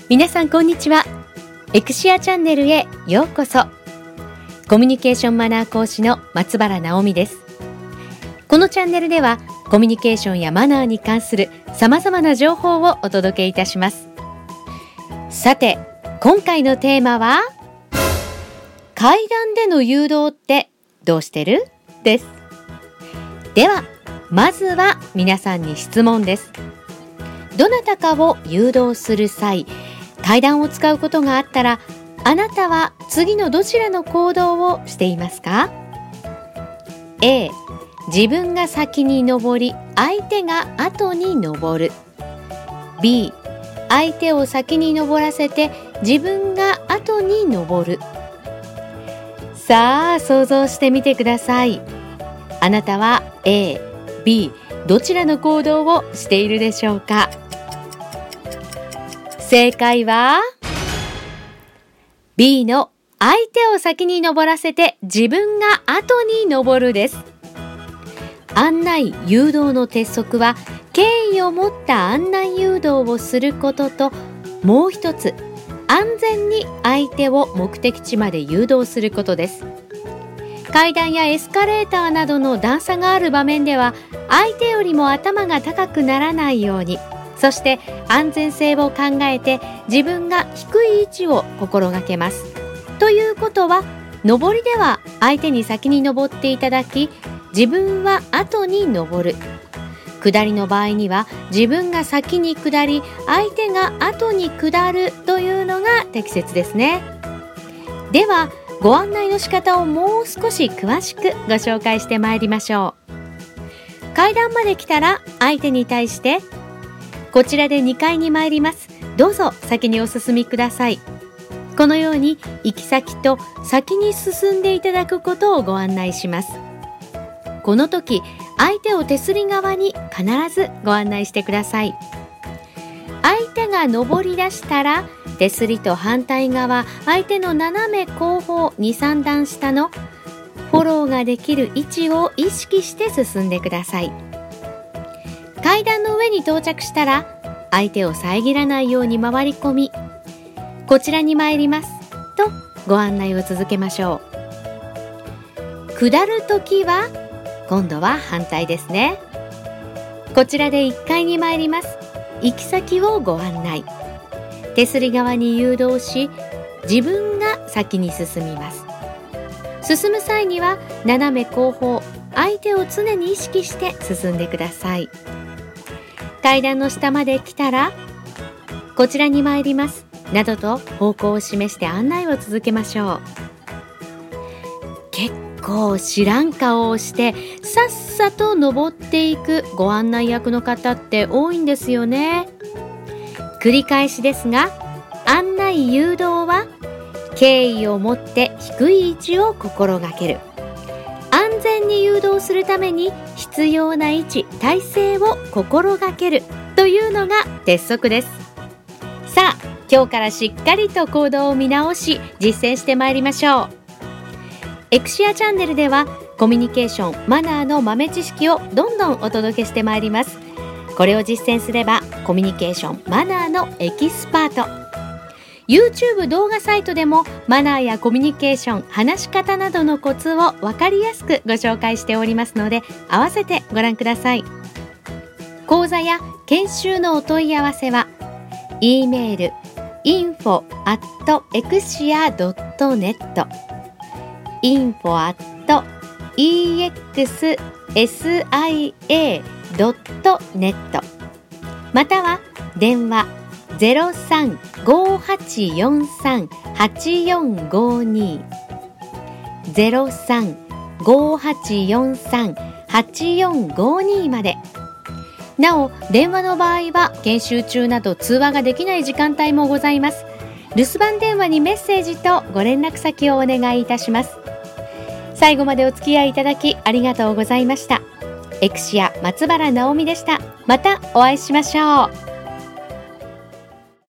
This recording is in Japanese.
皆さんこんにちは。エクシアチャンネルへようこそ。コミュニケーションマナー講師の松原直美です。このチャンネルではコミュニケーションやマナーに関する様々な情報をお届けいたします。さて、今回のテーマは階段での誘導ってどうしてる？です。ではまずは皆さんに質問です。どなたかを誘導する際、階段を使うことがあったら、あなたは次のどちらの行動をしていますか？ A、自分が先に登り、相手が後に登る。B、相手を先に登らせて、自分が後に登る。さあ、想像してみてください。あなたは A、B、どちらの行動をしているでしょうか？正解は B の相手を先に登らせて自分が後に登るです。案内誘導の鉄則は敬意を持った案内誘導をすることと、もう一つ安全に相手を目的地まで誘導することです。階段やエスカレーターなどの段差がある場面では、相手よりも頭が高くならないように、そして安全性を考えて自分が低い位置を心がけます。ということは、上りでは相手に先に登っていただき、自分は後に登る。下りの場合には自分が先に下り、相手が後に下るというのが適切ですね。ではご案内の仕方をもう少し詳しくご紹介してまいりましょう。階段まで来たら相手に対して、こちらで2階に参ります。どうぞ先にお進みください。このように行き先と先に進んでいただくことをご案内します。この時、相手を手すり側に必ずご案内してください。相手が登り出したら、手すりと反対側、相手の斜め後方 2,3 段下のフォローができる位置を意識して進んでください。階段の上に到着したら、相手を遮らないように回り込み、こちらに参りますとご案内を続けましょう。下るときは今度は反対ですね。こちらで1階に参ります。行き先をご案内。手すり側に誘導し、自分が先に進みます。進む際には斜め後方、相手を常に意識して進んでください。階段の下まで来たら、こちらに参りますなどと方向を示して案内を続けましょう。結構知らん顔をしてさっさと登っていくご案内役の方って多いんですよね。繰り返しですが、案内誘導は敬意を持って低い位置を心がける。安全に誘導するために必要な位置、体勢を心がけるというのが鉄則です。さあ、今日からしっかりと行動を見直し実践してまいりましょう。エクシアチャンネルではコミュニケーション、マナーの豆知識をどんどんお届けしてまいります。これを実践すればコミュニケーション、マナーのエキスパート。YouTube 動画サイトでもマナーやコミュニケーション、話し方などのコツを分かりやすくご紹介しておりますので、合わせてご覧ください。講座や研修のお問い合わせは E メール info@exia.net info@exsia.net または電話 03-5843-8452 03-5843-8452まで。なお、電話の場合は研修中など通話ができない時間帯もございます。留守番電話にメッセージとご連絡先をお願いいたします。最後までお付き合いいただきありがとうございました。エクシア松原直美でした。またお会いしましょう。